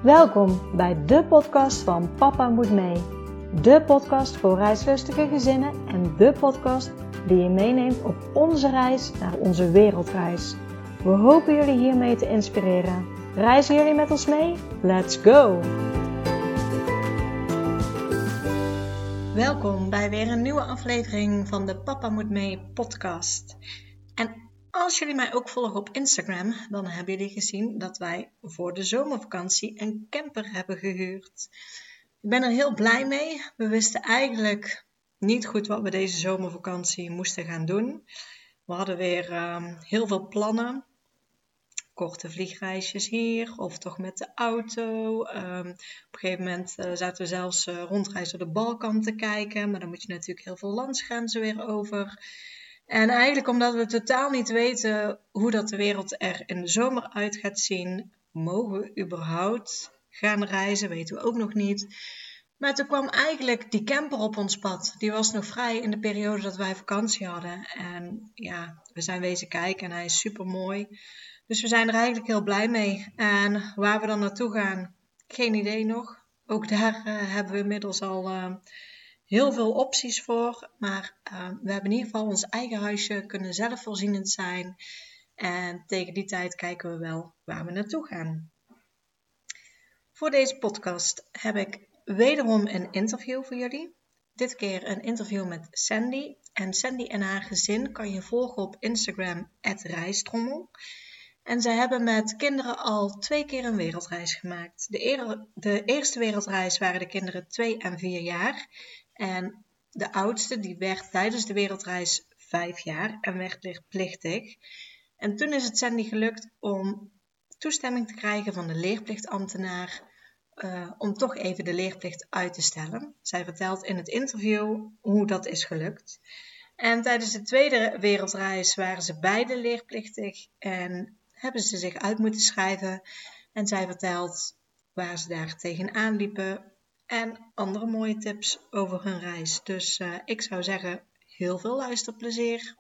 Welkom bij de podcast van Papa Moet Mee. De podcast voor reislustige gezinnen en de podcast die je meeneemt op onze reis naar onze wereldreis. We hopen jullie hiermee te inspireren. Reizen jullie met ons mee? Let's go! Welkom bij weer een nieuwe aflevering van de Papa Moet Mee podcast. En als jullie mij ook volgen op Instagram, dan hebben jullie gezien dat wij voor de zomervakantie een camper hebben gehuurd. Ik ben er heel blij mee. We wisten eigenlijk niet goed wat we deze zomervakantie moesten gaan doen. We hadden weer heel veel plannen. Korte vliegreisjes hier of toch met de auto. Op een gegeven moment zaten we zelfs rondreizen door de Balkan te kijken. Maar dan moet je natuurlijk heel veel landsgrenzen weer over. En eigenlijk omdat we totaal niet weten hoe dat de wereld er in de zomer uit gaat zien, mogen we überhaupt gaan reizen, weten we ook nog niet. Maar toen kwam eigenlijk die camper op ons pad. Die was nog vrij in de periode dat wij vakantie hadden. En ja, we zijn wezen kijken en hij is super mooi. Dus we zijn er eigenlijk heel blij mee. En waar we dan naartoe gaan, geen idee nog. Ook daar hebben we inmiddels al heel veel opties voor. Maar we hebben in ieder geval ons eigen huisje, kunnen zelfvoorzienend zijn. En tegen die tijd kijken we wel waar we naartoe gaan. Voor deze podcast heb ik wederom een interview voor jullie. Dit keer een interview met Sandy. En Sandy en haar gezin kan je volgen op Instagram @reistrommel. En zij hebben met kinderen al 2 keer een wereldreis gemaakt. De eerste wereldreis waren de kinderen 2 en 4 jaar. En de oudste die werd tijdens de wereldreis 5 jaar en werd leerplichtig. En toen is het Sandy gelukt om toestemming te krijgen van de leerplichtambtenaar om toch even de leerplicht uit te stellen. Zij vertelt in het interview hoe dat is gelukt. En tijdens de tweede wereldreis waren ze beide leerplichtig en hebben ze zich uit moeten schrijven. En zij vertelt waar ze daar tegenaan liepen en andere mooie tips over hun reis. Dus ik zou zeggen, heel veel luisterplezier.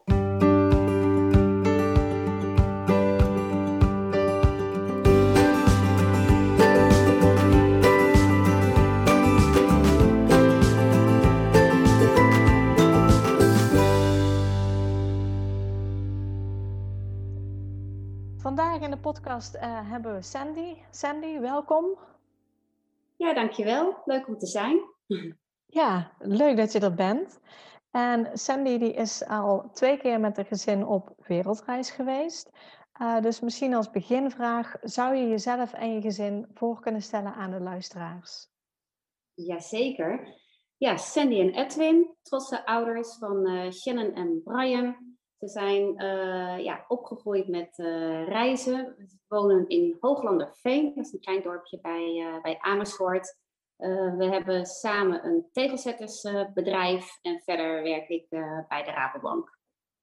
Vandaag in de podcast hebben we Sandy. Sandy, welkom. Ja, dankjewel. Leuk om te zijn. Ja, leuk dat je er bent. En Sandy die is al 2 keer met haar gezin op wereldreis geweest. Dus misschien als beginvraag, zou je jezelf en je gezin voor kunnen stellen aan de luisteraars? Jazeker. Ja, Sandy en Edwin, trotse ouders van Shannon en Brian. Ze zijn opgegroeid met reizen. Ze wonen in Hooglanderveen, dat is een klein dorpje bij Amersfoort. We hebben samen een tegelzettersbedrijf en verder werk ik bij de Rabobank.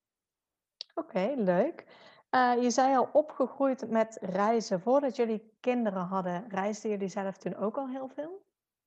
Oké, leuk. Je zei al opgegroeid met reizen. Voordat jullie kinderen hadden, reisden jullie zelf toen ook al heel veel?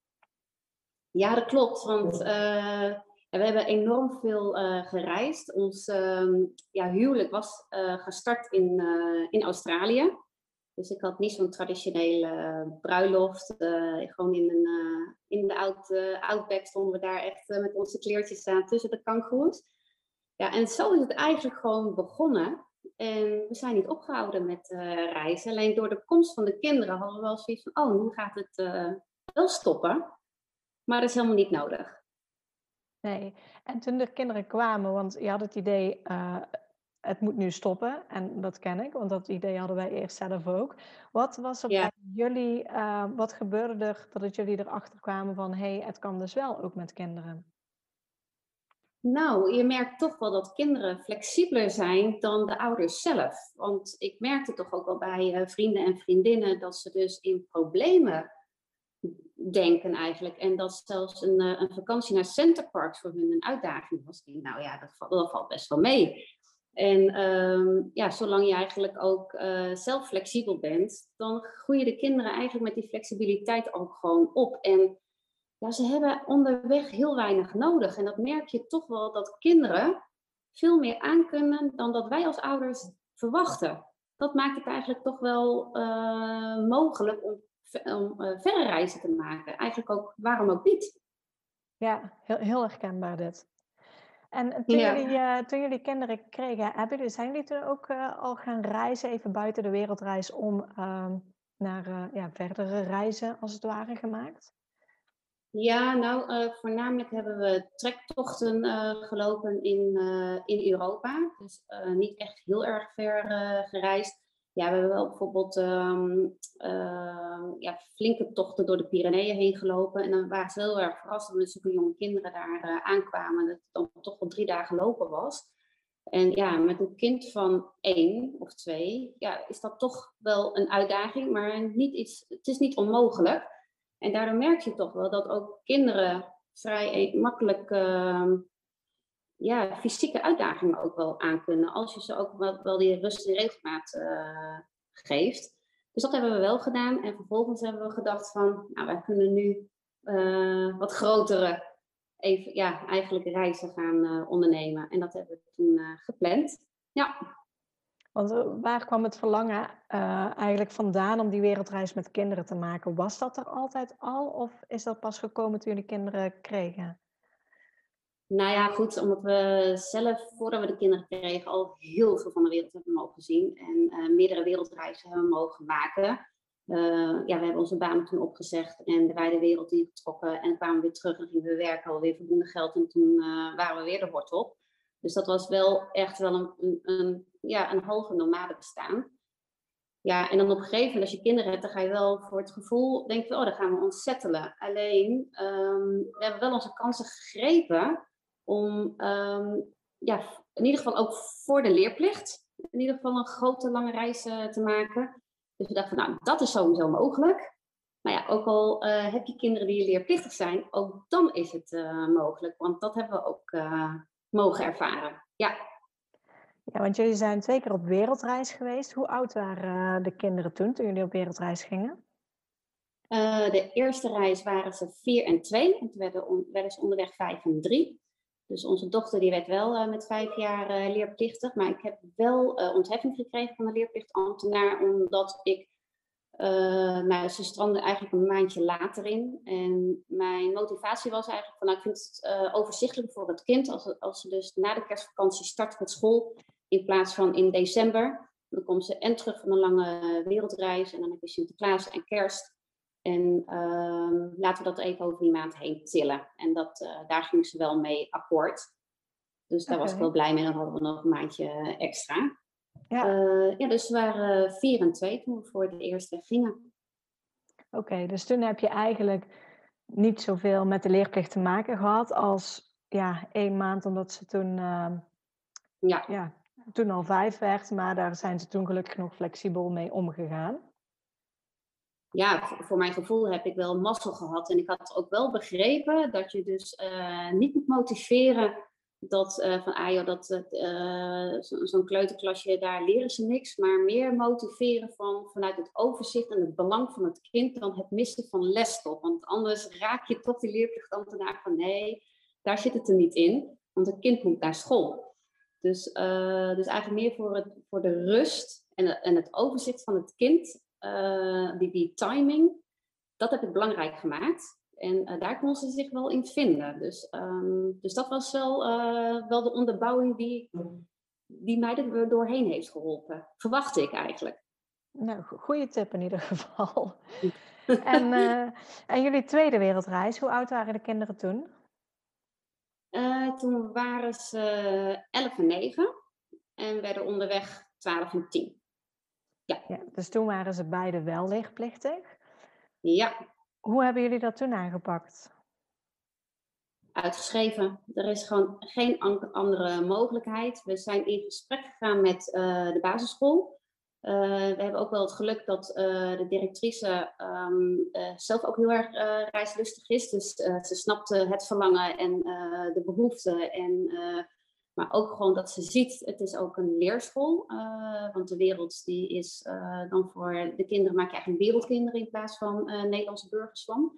Ja, dat klopt, want we hebben enorm veel gereisd. Ons huwelijk was gestart in Australië. Dus ik had niet zo'n traditionele bruiloft. Gewoon in de Outback stonden we daar echt met onze kleertjes aan tussen de kangoeroes. Ja, en zo is het eigenlijk gewoon begonnen. En we zijn niet opgehouden met reizen. Alleen door de komst van de kinderen hadden we wel zoiets van, nu gaat het wel stoppen. Maar dat is helemaal niet nodig. Nee. En toen de kinderen kwamen, want je had het idee, het moet nu stoppen. En dat ken ik, want dat idee hadden wij eerst zelf ook. Wat was er bij jullie, wat gebeurde er dat jullie erachter kwamen van, het kan dus wel ook met kinderen? Nou, je merkt toch wel dat kinderen flexibeler zijn dan de ouders zelf. Want ik merkte toch ook wel bij vrienden en vriendinnen dat ze dus in problemen denken eigenlijk. En dat zelfs een vakantie naar Centerparks voor hun een uitdaging was. Nou ja, dat valt best wel mee. En zolang je eigenlijk ook zelf flexibel bent, dan groeien de kinderen eigenlijk met die flexibiliteit ook gewoon op. En ja, ze hebben onderweg heel weinig nodig. En dat merk je toch wel dat kinderen veel meer aankunnen dan dat wij als ouders verwachten. Dat maakt het eigenlijk toch wel mogelijk om verre reizen te maken. Eigenlijk ook, waarom ook niet? Ja, heel herkenbaar dit. En Ja. toen jullie kinderen kregen, zijn jullie toen ook al gaan reizen, even buiten de wereldreis, om naar verdere reizen als het ware gemaakt? Ja, nou, voornamelijk hebben we trektochten gelopen in Europa. Dus niet echt heel erg ver gereisd. Ja, we hebben wel bijvoorbeeld flinke tochten door de Pyreneeën heen gelopen. En dan waren ze heel erg verrast dat met zulke jonge kinderen daar aankwamen. Dat het dan toch wel 3 dagen lopen was. En ja, met een kind van 1 of 2, ja, is dat toch wel een uitdaging. Maar het is niet onmogelijk. En daardoor merk je toch wel dat ook kinderen vrij makkelijk fysieke uitdagingen ook wel aankunnen. Als je ze ook wel die rust en regelmaat geeft. Dus dat hebben we wel gedaan. En vervolgens hebben we gedacht van, nou, wij kunnen nu wat grotere eigenlijk reizen gaan ondernemen. En dat hebben we toen gepland. Ja. Want waar kwam het verlangen eigenlijk vandaan om die wereldreis met kinderen te maken? Was dat er altijd al of is dat pas gekomen toen jullie kinderen kregen? Nou ja, goed, omdat we zelf, voordat we de kinderen kregen, al heel veel van de wereld hebben mogen zien. En meerdere wereldreizen hebben mogen maken. We hebben onze baan toen opgezegd en de wijde wereld ingetrokken. En kwamen weer terug en gingen we werken, alweer voldoende geld. En toen waren we weer de hort op. Dus dat was wel echt wel een halve nomade bestaan. Ja, en dan op een gegeven moment, als je kinderen hebt, dan ga je wel voor het gevoel denken, dan gaan we ons settelen. Alleen, we hebben wel onze kansen gegrepen om, in ieder geval ook voor de leerplicht, in ieder geval een grote, lange reis te maken. Dus we dachten van, nou, dat is sowieso mogelijk. Maar ja, ook al heb je kinderen die leerplichtig zijn, ook dan is het mogelijk. Want dat hebben we ook mogen ervaren. Ja. Ja, want jullie zijn 2 keer op wereldreis geweest. Hoe oud waren de kinderen toen jullie op wereldreis gingen? De eerste reis waren ze 4 en 2. En toen werden ze onderweg 5 en 3. Dus onze dochter die werd wel met 5 jaar leerplichtig. Maar ik heb wel ontheffing gekregen van de leerplichtambtenaar. Omdat ze strandde eigenlijk een maandje later in. En mijn motivatie was eigenlijk van, ik vind het overzichtelijk voor het kind. Als ze dus na de kerstvakantie start met school. In plaats van in december. Dan komt ze en terug van een lange wereldreis. En dan heb je Sinterklaas en kerst. En laten we dat even over die maand heen tillen. En daar ging ze wel mee akkoord. Dus daar was ik wel blij mee. Dan hadden we nog een maandje extra. Ja. Dus we waren 4 en 2 toen we voor het eerst weggingen. Oké, dus toen heb je eigenlijk niet zoveel met de leerplicht te maken gehad als 1 maand, omdat ze toen al 5 werd. Maar daar zijn ze toen gelukkig nog flexibel mee omgegaan. Ja, voor mijn gevoel heb ik wel mazzel gehad. En ik had ook wel begrepen dat je dus niet moet motiveren zo'n kleuterklasje, daar leren ze niks. Maar meer motiveren vanuit het overzicht en het belang van het kind dan het missen van lesstof. Want anders raak je toch die leerplichtambtenaar van nee, daar zit het er niet in. Want het kind moet naar school. Dus eigenlijk meer voor de rust en het overzicht van het kind. Die timing, dat heb ik belangrijk gemaakt. En daar kon ze zich wel in vinden. Dus dat was wel de onderbouwing die mij er doorheen heeft geholpen. Verwacht ik eigenlijk. Nou, goede tip in ieder geval. En jullie tweede wereldreis, hoe oud waren de kinderen toen? Toen waren ze 11 en 9 en werden onderweg 12 en 10. Ja, dus toen waren ze beide wel leerplichtig. Ja. Hoe hebben jullie dat toen aangepakt? Uitgeschreven. Er is gewoon geen andere mogelijkheid. We zijn in gesprek gegaan met de basisschool. We hebben ook wel het geluk dat de directrice zelf ook heel erg reislustig is. Dus ze snapt het verlangen en de behoeften. Maar ook gewoon dat ze ziet, het is ook een leerschool. Want de wereld die is dan voor de kinderen, maak je eigenlijk wereldkinderen in plaats van Nederlandse burgers van.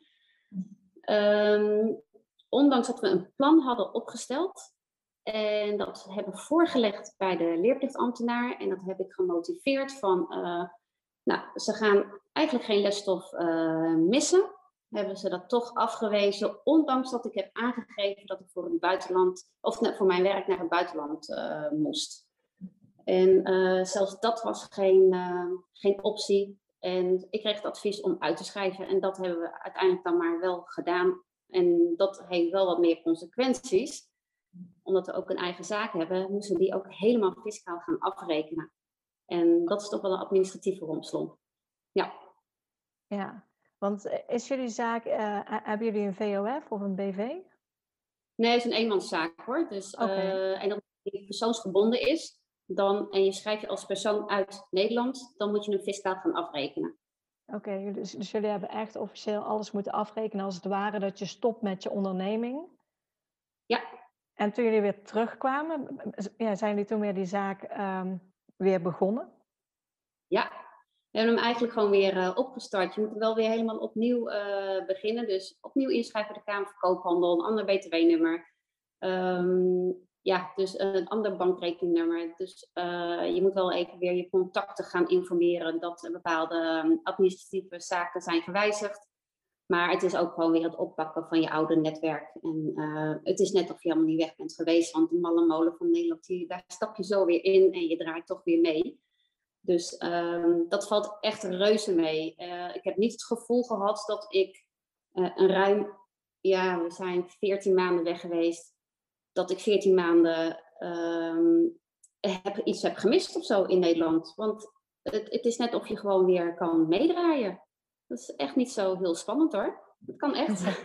Ondanks dat we een plan hadden opgesteld en dat hebben voorgelegd bij de leerplichtambtenaar en dat heb ik gemotiveerd van Nou, ze gaan eigenlijk geen lesstof missen. Hebben ze dat toch afgewezen, ondanks dat ik heb aangegeven dat ik voor het buitenland, of voor mijn werk naar het buitenland moest. En zelfs dat was geen optie. En ik kreeg het advies om uit te schrijven. En dat hebben we uiteindelijk dan maar wel gedaan. En dat heeft wel wat meer consequenties. Omdat we ook een eigen zaak hebben, moesten we die ook helemaal fiscaal gaan afrekenen. En dat is toch wel een administratieve rompslomp. Ja. Ja, want is jullie zaak, hebben jullie een VOF of een BV? Nee, het is een eenmanszaak hoor. Dus, Oké. en als die persoonsgebonden is, en je schrijft je als persoon uit Nederland, dan moet je hem fiscaal gaan afrekenen. Oké, dus jullie hebben echt officieel alles moeten afrekenen als het ware dat je stopt met je onderneming. Ja. En toen jullie weer terugkwamen, zijn jullie toen weer die zaak weer begonnen? Ja, we hebben hem eigenlijk gewoon weer opgestart. Je moet wel weer helemaal opnieuw beginnen. Dus opnieuw inschrijven bij de Kamer van Koophandel, een ander BTW-nummer. Dus een ander bankrekeningnummer. Dus je moet wel even weer je contacten gaan informeren dat bepaalde administratieve zaken zijn gewijzigd. Maar het is ook gewoon weer het oppakken van je oude netwerk. En het is net of je helemaal niet weg bent geweest. Want de malle molen van Nederland, daar stap je zo weer in en je draait toch weer mee. Dus dat valt echt reuze mee. Ik heb niet het gevoel gehad dat ik we zijn 14 maanden weg geweest. Dat ik 14 maanden iets heb gemist of zo in Nederland. Want het is net of je gewoon weer kan meedraaien. Dat is echt niet zo heel spannend hoor. Dat kan echt.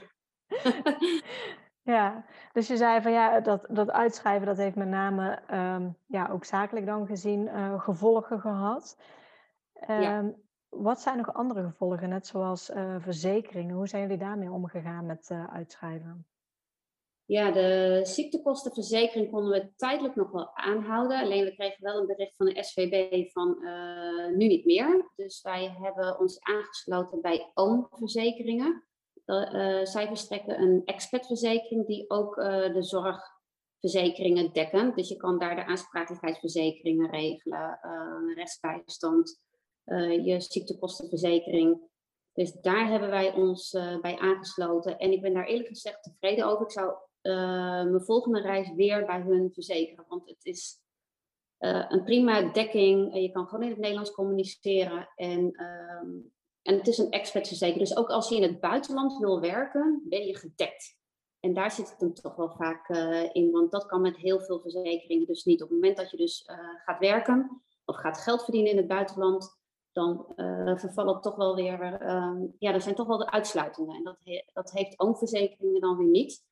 Ja, dus je zei van dat uitschrijven, dat heeft met name ook zakelijk dan gezien gevolgen gehad. Ja. Wat zijn nog andere gevolgen, net zoals verzekeringen? Hoe zijn jullie daarmee omgegaan met uitschrijven? Ja, de ziektekostenverzekering konden we tijdelijk nog wel aanhouden. Alleen we kregen wel een bericht van de SVB van nu niet meer. Dus wij hebben ons aangesloten bij OOM-verzekeringen. Zij verstrekken een expertverzekering die ook de zorgverzekeringen dekken. Dus je kan daar de aansprakelijkheidsverzekeringen regelen, rechtsbijstand, je ziektekostenverzekering. Dus daar hebben wij ons bij aangesloten. En ik ben daar eerlijk gezegd tevreden over. Ik zou mijn volgende reis weer bij hun verzekeren. Want het is een prima dekking. Je kan gewoon in het Nederlands communiceren. En het is een expertverzekering. Dus ook als je in het buitenland wil werken, ben je gedekt. En daar zit het hem toch wel vaak in. Want dat kan met heel veel verzekeringen dus niet. Op het moment dat je dus gaat werken of gaat geld verdienen in het buitenland, dan vervallen toch wel weer, er zijn toch wel de uitsluitingen. En dat heeft oomverzekeringen dan weer niet.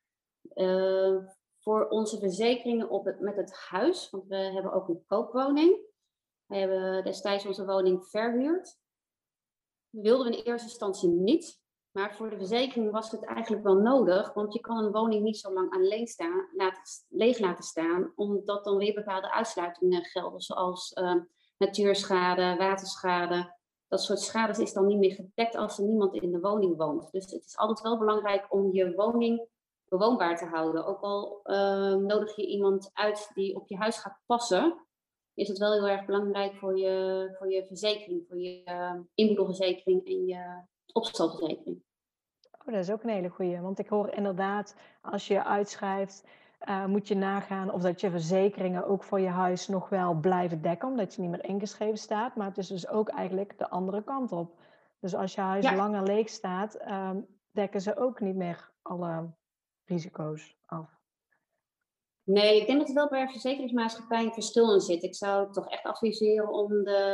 Voor onze verzekeringen met het huis, want we hebben ook een koopwoning. We hebben destijds onze woning verhuurd. Dat wilden we in eerste instantie niet. Maar voor de verzekering was het eigenlijk wel nodig. Want je kan een woning niet zo lang alleen leeg laten staan. Omdat dan weer bepaalde uitsluitingen gelden. Zoals natuurschade, waterschade. Dat soort schades is dan niet meer gedekt als er niemand in de woning woont. Dus het is altijd wel belangrijk om je woning bewoonbaar te houden. Ook al nodig je iemand uit die op je huis gaat passen, is het wel heel erg belangrijk voor je verzekering, voor je inboedelverzekering en je opstalverzekering. Oh, dat is ook een hele goeie. Want ik hoor inderdaad, als je uitschrijft, moet je nagaan of dat je verzekeringen ook voor je huis nog wel blijven dekken, omdat je niet meer ingeschreven staat. Maar het is dus ook eigenlijk de andere kant op. Dus als je huis langer leeg staat, dekken ze ook niet meer alle risico's af. Nee, ik denk dat er wel bij verzekeringsmaatschappij een verschil in zit. Ik zou toch echt adviseren om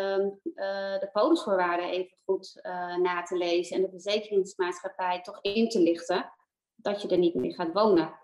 de polisvoorwaarden even goed na te lezen en de verzekeringsmaatschappij toch in te lichten dat je er niet meer gaat wonen.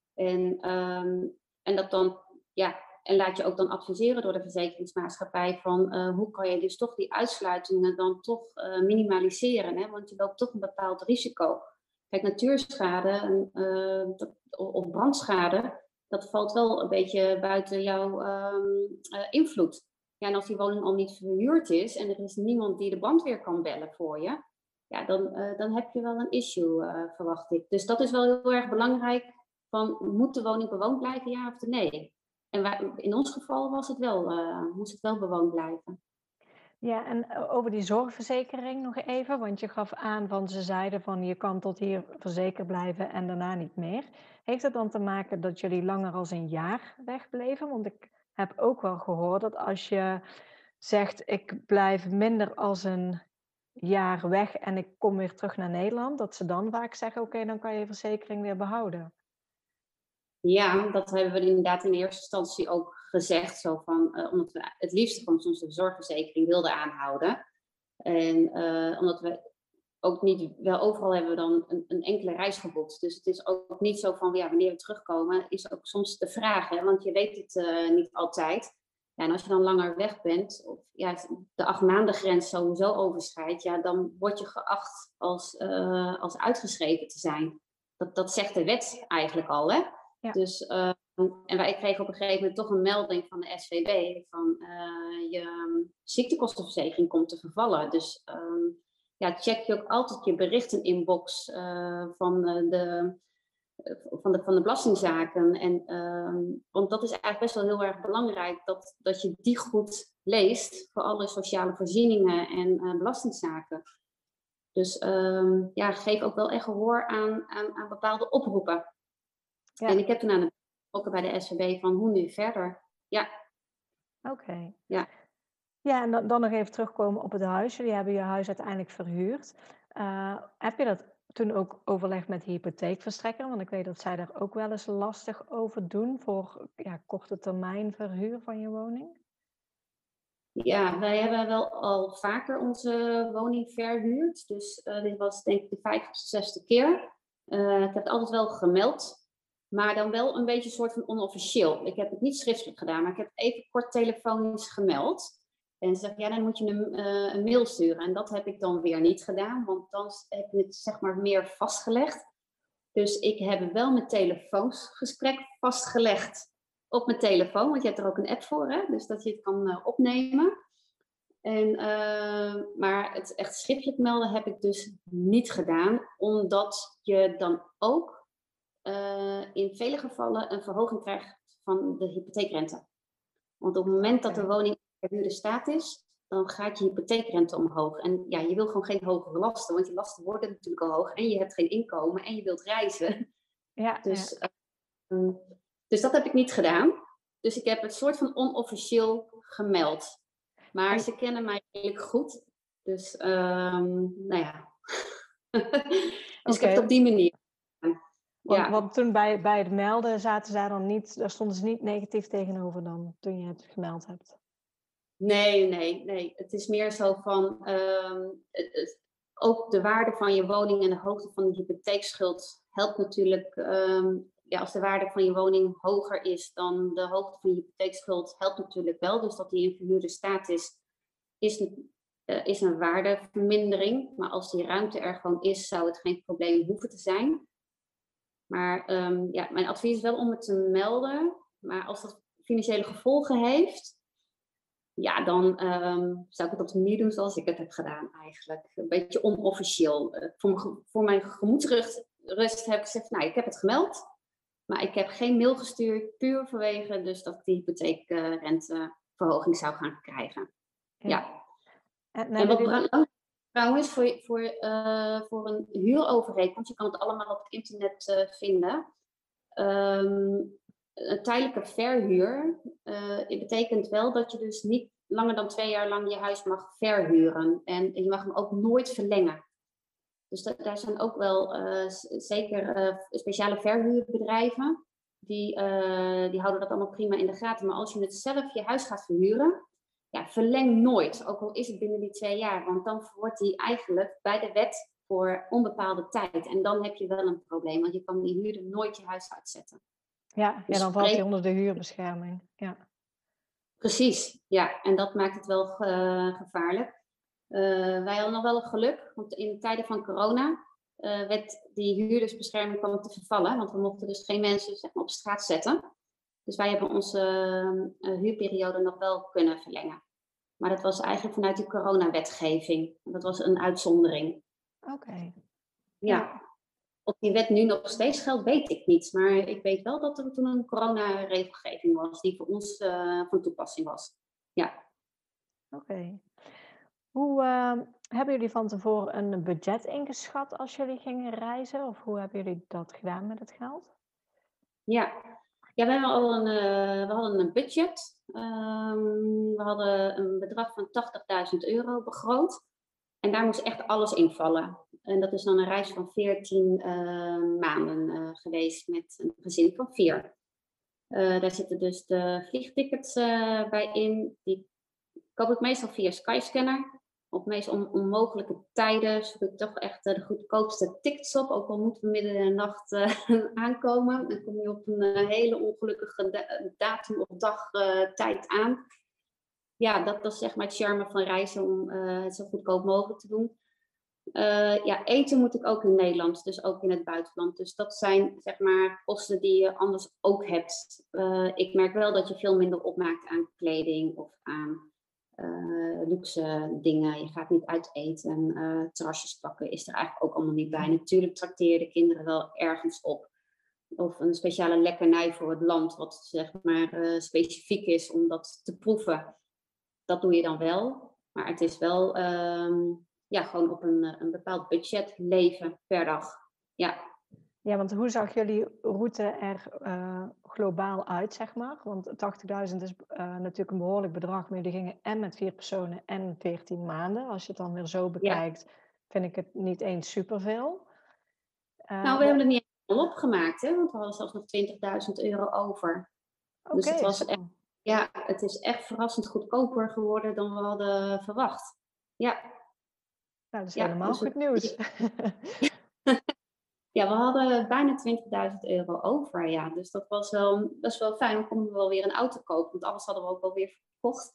En dat dan, en laat je ook dan adviseren door de verzekeringsmaatschappij van hoe kan je dus toch die uitsluitingen dan toch minimaliseren, hè? Want je loopt toch een bepaald risico. Kijk, natuurschade of brandschade, dat valt wel een beetje buiten jouw invloed. Ja, en als die woning al niet verhuurd is en er is niemand die de brandweer kan bellen voor je, ja, dan heb je wel een issue, verwacht ik. Dus dat is wel heel erg belangrijk. Moet de woning bewoond blijven, ja of nee? En in ons geval moest het wel bewoond blijven. Ja, en over die zorgverzekering nog even, want je gaf aan van ze zeiden van je kan tot hier verzekerd blijven en daarna niet meer. Heeft het dan te maken dat jullie langer als een jaar wegbleven? Want ik heb ook wel gehoord dat als je zegt ik blijf minder als een jaar weg en ik kom weer terug naar Nederland, dat ze dan vaak zeggen oké, dan kan je je verzekering weer behouden. Ja, dat hebben we inderdaad in eerste instantie ook gezegd. Zo van, omdat we het liefst gewoon onze zorgverzekering wilden aanhouden. En omdat we ook niet, wel overal hebben we dan een enkele reis geboekt. Dus het is ook niet zo van, ja, wanneer we terugkomen, is ook soms de vraag. Hè? Want je weet het niet altijd. Ja, en als je dan langer weg bent, of ja, de 8 maanden grens sowieso overschrijdt, ja, dan word je geacht als uitgeschreven te zijn. Dat zegt de wet eigenlijk al, hè? Ja. Dus, en wij kregen op een gegeven moment toch een melding van de SVB van je ziektekostenverzekering komt te vervallen. Dus ja, check je ook altijd je berichteninbox van de belastingzaken. En, want dat is eigenlijk best wel heel erg belangrijk dat je die goed leest voor alle sociale voorzieningen en belastingzaken. Dus ja, geef ook wel echt gehoor aan bepaalde oproepen. Ja. En ik heb toen ook bij de SVB van hoe nu verder. Ja. Oké. Ja. Ja, en dan nog even terugkomen op het huis. Jullie hebben je huis uiteindelijk verhuurd. Heb je dat toen ook overlegd met de hypotheekverstrekker? Want ik weet dat zij daar ook wel eens lastig over doen voor korte termijn verhuur van je woning. Ja, wij hebben wel al vaker onze woning verhuurd. Dus dit was denk ik de 5e of 6e keer. Ik heb het altijd wel gemeld. Maar dan wel een beetje een soort van onofficieel. Ik heb het niet schriftelijk gedaan, maar ik heb het even kort telefonisch gemeld. En ze zeggen, ja, dan moet je een mail sturen. En dat heb ik dan weer niet gedaan, want dan heb je het zeg maar meer vastgelegd. Dus ik heb wel mijn telefoonsgesprek vastgelegd op mijn telefoon. Want je hebt er ook een app voor, hè? Dus dat je het kan opnemen. En, maar het echt schriftelijk melden heb ik dus niet gedaan. Omdat je dan ook in vele gevallen een verhoging krijgt van de hypotheekrente. Want op het moment dat de woning in verhuurde staat is, dan gaat je hypotheekrente omhoog. En ja, je wil gewoon geen hogere lasten, want je lasten worden natuurlijk al hoog en je hebt geen inkomen en je wilt reizen. Ja, dus, dus dat heb ik niet gedaan. Dus ik heb het soort van onofficieel gemeld. Maar ze kennen mij redelijk goed. Dus, nou ja. Dus ik heb het op die manier gedaan. Want toen bij het melden zaten zij dan niet, daar stonden ze niet negatief tegenover dan, toen je het gemeld hebt? Nee. Het is meer zo van, ook de waarde van je woning en de hoogte van de hypotheekschuld helpt natuurlijk. Als de waarde van je woning hoger is dan de hoogte van je hypotheekschuld, helpt natuurlijk wel. Dus dat die in verhuurde staat is een waardevermindering. Maar als die ruimte er gewoon is, zou het geen probleem hoeven te zijn. Maar mijn advies is wel om het te melden. Maar als dat financiële gevolgen heeft, ja, dan zou ik het op de manier doen zoals ik het heb gedaan eigenlijk. Een beetje onofficieel. Voor mijn gemoedsrust heb ik gezegd, nou, ik heb het gemeld. Maar ik heb geen mail gestuurd, puur vanwege dus dat ik die hypotheekrenteverhoging zou gaan krijgen. Ja. En wat belangrijk trouwens voor een huurovereenkomst, je kan het allemaal op het internet vinden. Een tijdelijke verhuur betekent wel dat je dus niet langer dan 2 jaar lang je huis mag verhuren. En je mag hem ook nooit verlengen. Dus daar zijn ook wel zeker speciale verhuurbedrijven. Die houden dat allemaal prima in de gaten. Maar als je het zelf je huis gaat verhuren, ja, verleng nooit. Ook al is het binnen die 2 jaar. Want dan wordt die eigenlijk bij de wet voor onbepaalde tijd. En dan heb je wel een probleem. Want je kan die huurder nooit je huis uitzetten. Ja, dus dan valt hij onder de huurbescherming. Ja. Precies, ja. En dat maakt het wel gevaarlijk. Wij hadden nog wel het geluk, want in tijden van corona werd die huurdersbescherming kwam te vervallen. Want we mochten dus geen mensen zeg maar, op straat zetten. Dus wij hebben onze huurperiode nog wel kunnen verlengen. Maar dat was eigenlijk vanuit de coronawetgeving. Dat was een uitzondering. Oké. Ja. Of die wet nu nog steeds geldt, weet ik niet. Maar ik weet wel dat er toen een coronaregelgeving was die voor ons van toepassing was. Ja. Oké. Hoe hebben jullie van tevoren een budget ingeschat als jullie gingen reizen? Of hoe hebben jullie dat gedaan met het geld? Ja, ja, we hadden een budget. We hadden een bedrag van €80.000 begroot. En daar moest echt alles invallen. En dat is dan een reis van 14 maanden geweest met een gezin van 4. Daar zitten dus de vliegtickets bij in. Die koop ik meestal via Skyscanner. Op meest onmogelijke tijden zoek ik toch echt de goedkoopste tickets op. Ook al moeten we midden in de nacht aankomen. Dan kom je op een hele ongelukkige datum of dag tijd aan. Ja, dat is zeg maar het charme van reizen om het zo goedkoop mogelijk te doen. Ja, eten moet ik ook in Nederland, dus ook in het buitenland. Dus dat zijn zeg maar kosten die je anders ook hebt. Ik merk wel dat je veel minder opmaakt aan kleding of aan luxe dingen. Je gaat niet uit eten. Terrasjes pakken is er eigenlijk ook allemaal niet bij. Natuurlijk trakteer je de kinderen wel ergens op. Of een speciale lekkernij voor het land, wat zeg maar specifiek is om dat te proeven. Dat doe je dan wel. Maar het is wel gewoon op een bepaald budget leven per dag. Ja. Ja, want hoe zag jullie route er globaal uit, zeg maar? Want 80.000 is natuurlijk een behoorlijk bedrag, maar jullie gingen en met 4 personen en 14 maanden. Als je het dan weer zo Ja. bekijkt, vind ik het niet eens superveel. Nou, we hebben het niet helemaal opgemaakt, hè? Want we hadden zelfs nog €20.000 over. Dus het was echt, ja, het is echt verrassend goedkoper geworden dan we hadden verwacht. Ja. Nou, dat is helemaal dus goed nieuws. Ja, we hadden bijna €20.000 over, ja. Dus dat was wel fijn. Dan konden we wel weer een auto kopen, want alles hadden we ook alweer verkocht.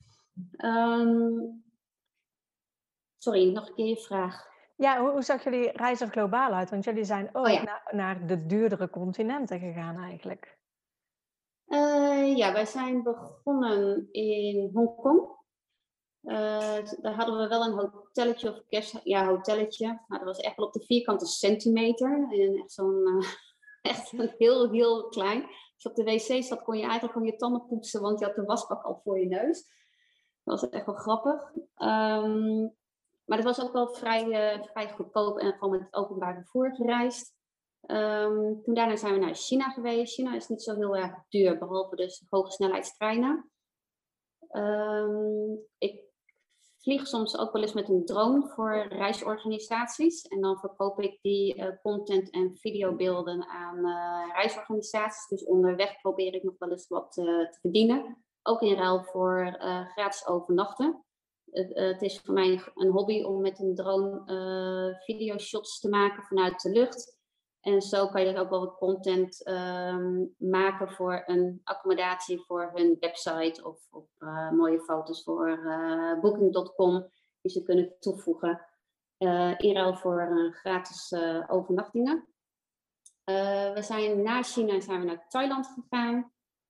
Sorry, nog een keer je vraag. Ja, hoe zag jullie reis er globaal uit? Want jullie zijn ook naar de duurdere continenten gegaan eigenlijk. Ja, wij zijn begonnen in Hongkong. Daar hadden we wel een hotelletje of hotelletje. Maar dat was echt wel op de vierkante centimeter. En echt echt heel, heel klein. Als je op de wc zat, kon je eigenlijk gewoon je tanden poetsen, want je had de wasbak al voor je neus. Dat was echt wel grappig. Maar dat was ook wel vrij goedkoop en gewoon met het openbaar vervoer gereisd. Toen daarna zijn we naar China geweest. China is niet zo heel erg duur, behalve dus hoge snelheidstreinen. Ik vlieg soms ook wel eens met een drone voor reisorganisaties. En dan verkoop ik die content en videobeelden aan reisorganisaties. Dus onderweg probeer ik nog wel eens wat te verdienen. Ook in ruil voor gratis overnachten. Het is voor mij een hobby om met een drone videoshots te maken vanuit de lucht. En zo kan je dus ook wel wat content maken voor een accommodatie voor hun website of mooie foto's voor Booking.com die ze kunnen toevoegen. In ruil voor gratis overnachtingen. Na China zijn we naar Thailand gegaan.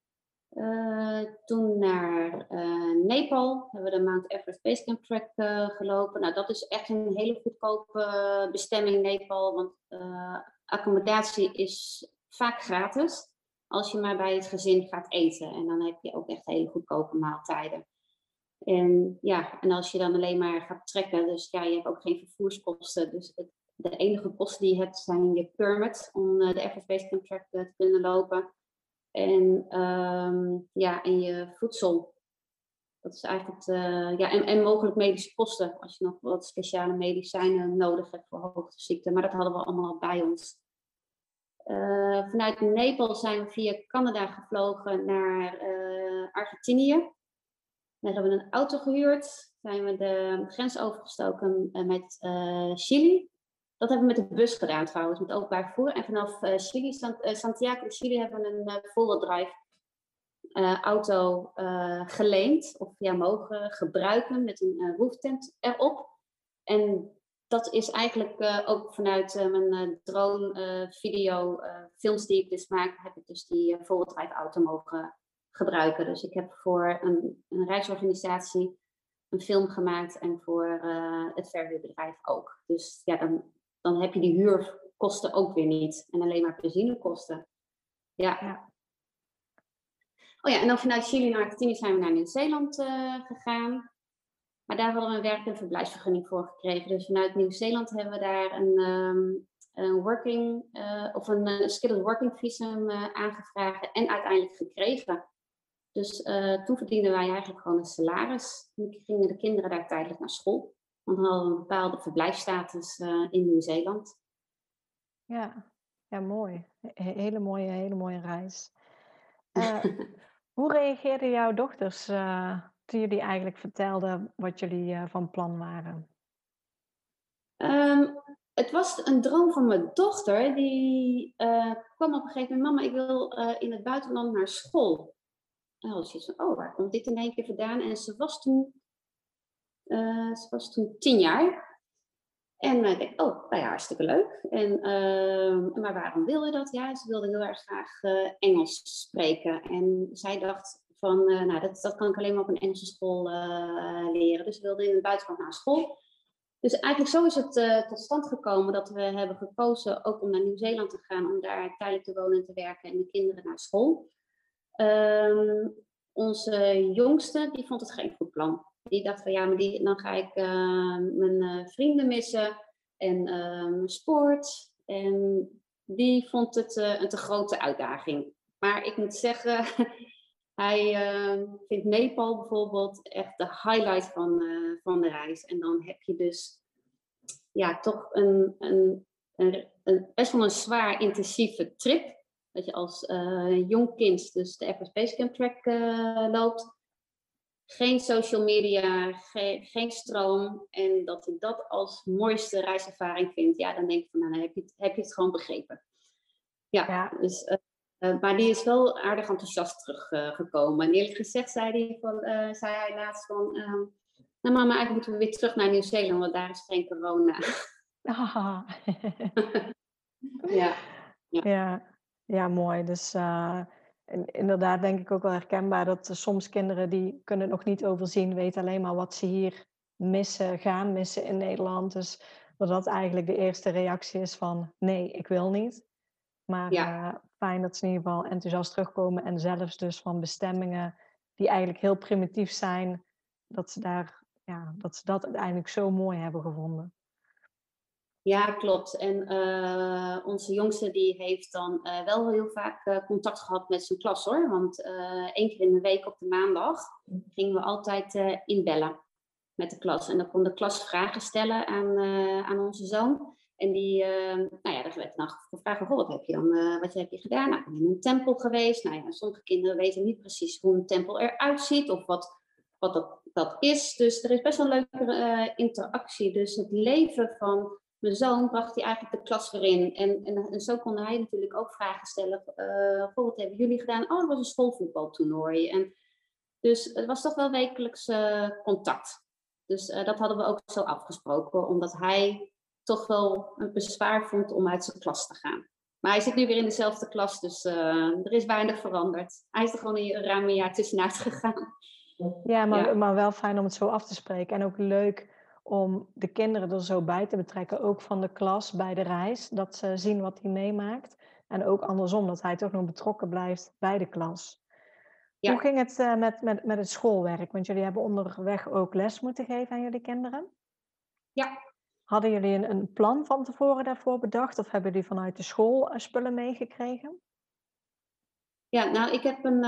Toen naar Nepal hebben we de Mount Everest Basecamp Trek gelopen. Nou, dat is echt een hele goedkope bestemming, Nepal. Want accommodatie is vaak gratis. Als je maar bij het gezin gaat eten. En dan heb je ook echt hele goedkope maaltijden. En als je dan alleen maar gaat trekken. Dus ja, je hebt ook geen vervoerskosten. Dus de enige kosten die je hebt zijn je permit om de Everest Basecamp Trek te kunnen lopen. En je voedsel. Dat is eigenlijk en mogelijk medische kosten. Als je nog wat speciale medicijnen nodig hebt voor hoogteziekten. Maar dat hadden we allemaal al bij ons. Vanuit Nepal zijn we via Canada gevlogen naar Argentinië. Daar hebben we een auto gehuurd. Zijn we de grens overgestoken met Chili. Dat hebben we met de bus gedaan trouwens, met openbaar vervoer. En vanaf Santiago de Chili hebben we een four-wheel drive auto geleend. Of mogen gebruiken met een rooftent erop. En dat is eigenlijk ook vanuit mijn drone video films die ik dus maak, heb ik dus die four-wheel drive auto mogen gebruiken. Dus ik heb voor een reisorganisatie een film gemaakt en voor het verhuurbedrijf ook. Dus ja, dan heb je die huurkosten ook weer niet. En alleen maar benzinekosten. Ja. Oh ja, en dan vanuit Chili naar Argentinië zijn we naar Nieuw-Zeeland gegaan. Maar daar hadden we een werk- en verblijfsvergunning voor gekregen. Dus vanuit Nieuw-Zeeland hebben we daar een working of een skilled working visum aangevraagd en uiteindelijk gekregen. Dus toen verdienden wij eigenlijk gewoon een salaris. En gingen de kinderen daar tijdelijk naar school. Want dan hadden we een bepaalde verblijfsstatus in Nieuw-Zeeland. Ja, ja, mooi. Hele mooie reis. Hoe reageerden jouw dochters toen jullie eigenlijk vertelden wat jullie van plan waren? Het was een droom van mijn dochter. Die kwam op een gegeven moment: mama, ik wil in het buitenland naar school. En dan was ze van, oh, waar komt dit in één keer vandaan? En ze was toen 10 jaar. En ik denk, oh, nou ja, hartstikke leuk. Maar waarom wil je dat? Ja, ze wilde heel erg graag Engels spreken. En zij dacht van, nou, dat kan ik alleen maar op een Engelse school leren. Dus ze wilde in het buitenland naar school. Dus eigenlijk zo is het tot stand gekomen dat we hebben gekozen ook om naar Nieuw-Zeeland te gaan. Om daar tijdelijk te wonen en te werken en de kinderen naar school. Onze jongste, die vond het geen goed plan. Die dacht van, ja, maar dan ga ik mijn vrienden missen en mijn sport. En die vond het een te grote uitdaging. Maar ik moet zeggen, hij vindt Nepal bijvoorbeeld echt de highlight van de reis. En dan heb je dus ja, toch best wel een zwaar intensieve trip. Dat je als jong kind dus de Everest Base Camp Track loopt. Geen social media, geen stroom. En dat ik dat als mooiste reiservaring vind. Ja, dan denk ik van, nou, dan heb je het gewoon begrepen. Ja. Dus, maar die is wel aardig enthousiast teruggekomen. En eerlijk gezegd zei hij laatst van, nou mama, eigenlijk moeten we weer terug naar Nieuw-Zeeland, want daar is geen corona. Ja. Ja, mooi. Dus inderdaad denk ik ook wel herkenbaar dat soms kinderen die kunnen het nog niet overzien, weten alleen maar wat ze hier gaan missen in Nederland. Dus dat eigenlijk de eerste reactie is van nee, ik wil niet. Maar fijn dat ze in ieder geval enthousiast terugkomen en zelfs dus van bestemmingen die eigenlijk heel primitief zijn, dat ze dat uiteindelijk zo mooi hebben gevonden. Ja, klopt. En onze jongste die heeft dan wel heel vaak contact gehad met zijn klas hoor. Want 1 keer in de week op de maandag gingen we altijd inbellen met de klas. En dan kon de klas vragen stellen aan onze zoon. En daar werd dan gevraagd, wat heb je gedaan? Nou, ik ben in een tempel geweest. Nou ja, sommige kinderen weten niet precies hoe een tempel eruit ziet of wat dat is. Dus er is best wel een leuke interactie. Dus het leven van mijn zoon bracht hij eigenlijk de klas weer in. En zo kon hij natuurlijk ook vragen stellen. Wat hebben jullie gedaan? Oh, het was een schoolvoetbaltoernooi. En dus het was toch wel wekelijks contact. Dus dat hadden we ook zo afgesproken. Omdat hij toch wel een bezwaar vond om uit zijn klas te gaan. Maar hij zit nu weer in dezelfde klas. Dus er is weinig veranderd. Hij is er gewoon ruim een jaar tussenuit gegaan. Ja, maar wel fijn om het zo af te spreken. En ook leuk om de kinderen er zo bij te betrekken, ook van de klas bij de reis, dat ze zien wat hij meemaakt. En ook andersom, dat hij toch nog betrokken blijft bij de klas. Ja. Hoe ging het met het schoolwerk? Want jullie hebben onderweg ook les moeten geven aan jullie kinderen. Ja. Hadden jullie een plan van tevoren daarvoor bedacht? Of hebben jullie vanuit de school spullen meegekregen? Ja, nou, ik heb een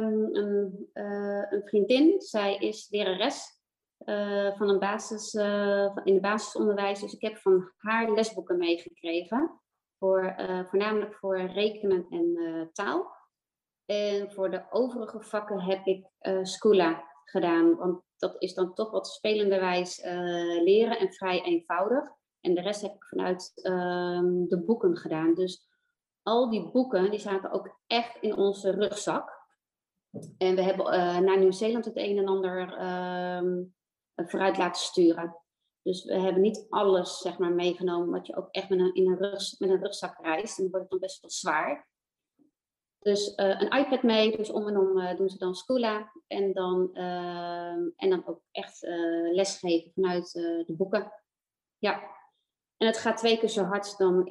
vriendin. Zij is lerares van een in het basisonderwijs. Dus ik heb van haar lesboeken meegekregen. Voornamelijk voor rekenen en taal. En voor de overige vakken heb ik Scula gedaan. Want dat is dan toch wat spelenderwijs leren en vrij eenvoudig. En de rest heb ik vanuit de boeken gedaan. Dus al die boeken die zaten ook echt in onze rugzak. En we hebben naar Nieuw-Zeeland het een en ander vooruit laten sturen. Dus we hebben niet alles zeg maar, meegenomen wat je ook echt met een rugzak reist. En dan wordt het dan best wel zwaar. Dus een iPad mee, dus om en om doen ze dan Scula. En dan ook echt lesgeven vanuit de boeken. Ja. En het gaat 2 keer zo hard dan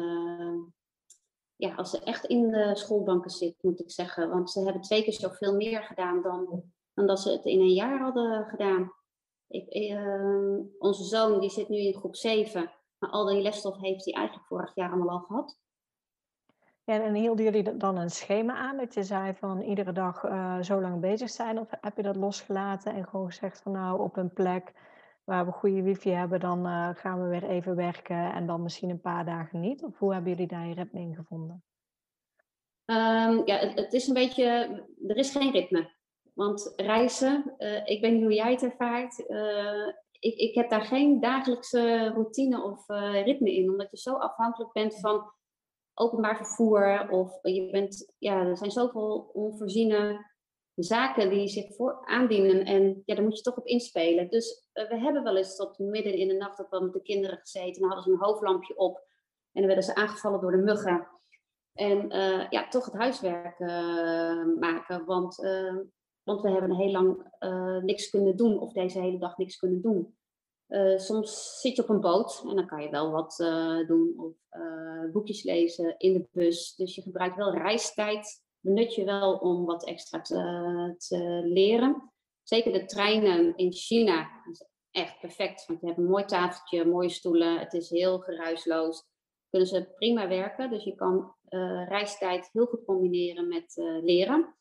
als ze echt in de schoolbanken zit, moet ik zeggen. Want ze hebben 2 keer zoveel meer gedaan dan dat ze het in een jaar hadden gedaan. Onze zoon die zit nu in groep 7, maar al die lesstof heeft hij eigenlijk vorig jaar allemaal al gehad. Ja, en hielden jullie dan een schema aan dat je zei van iedere dag zo lang bezig zijn? Of heb je dat losgelaten en gewoon gezegd van nou op een plek waar we goede wifi hebben, dan gaan we weer even werken en dan misschien een paar dagen niet? Of hoe hebben jullie daar je ritme in gevonden? Ja, het is een beetje, er is geen ritme. Want reizen, ik weet niet hoe jij het ervaart. Ik heb daar geen dagelijkse routine of ritme in, omdat je zo afhankelijk bent van openbaar vervoer. Of er zijn zoveel onvoorziene zaken die zich aandienen. En ja, daar moet je toch op inspelen. Dus we hebben wel eens tot midden in de nacht ook wel met de kinderen gezeten. Dan hadden ze een hoofdlampje op en dan werden ze aangevallen door de muggen. En toch het huiswerk maken, want we hebben heel lang niks kunnen doen of deze hele dag niks kunnen doen. Soms zit je op een boot en dan kan je wel wat doen of boekjes lezen in de bus. Dus je gebruikt wel reistijd, benut je wel om wat extra te leren. Zeker de treinen in China, dat is echt perfect, want je hebt een mooi tafeltje, mooie stoelen, het is heel geruisloos. Kunnen ze prima werken, dus je kan reistijd heel goed combineren met leren.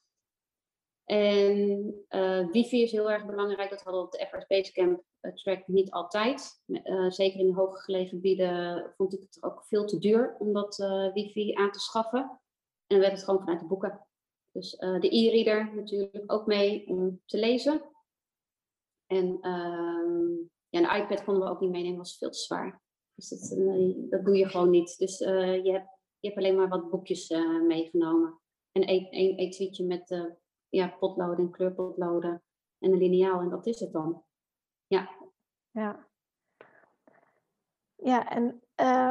En wifi is heel erg belangrijk. Dat hadden we op de FR Basecamp track niet altijd. Zeker in de hooggelegen gebieden vond ik het ook veel te duur om dat wifi aan te schaffen. En dan werd het gewoon vanuit de boeken. Dus de e-reader natuurlijk ook mee om te lezen. En de iPad konden we ook niet meenemen, was veel te zwaar. Dus dat doe je gewoon niet. Dus je hebt alleen maar wat boekjes meegenomen. En één etuietje met potloden en kleurpotloden en een liniaal. En dat is het dan. Ja. Ja. Ja, en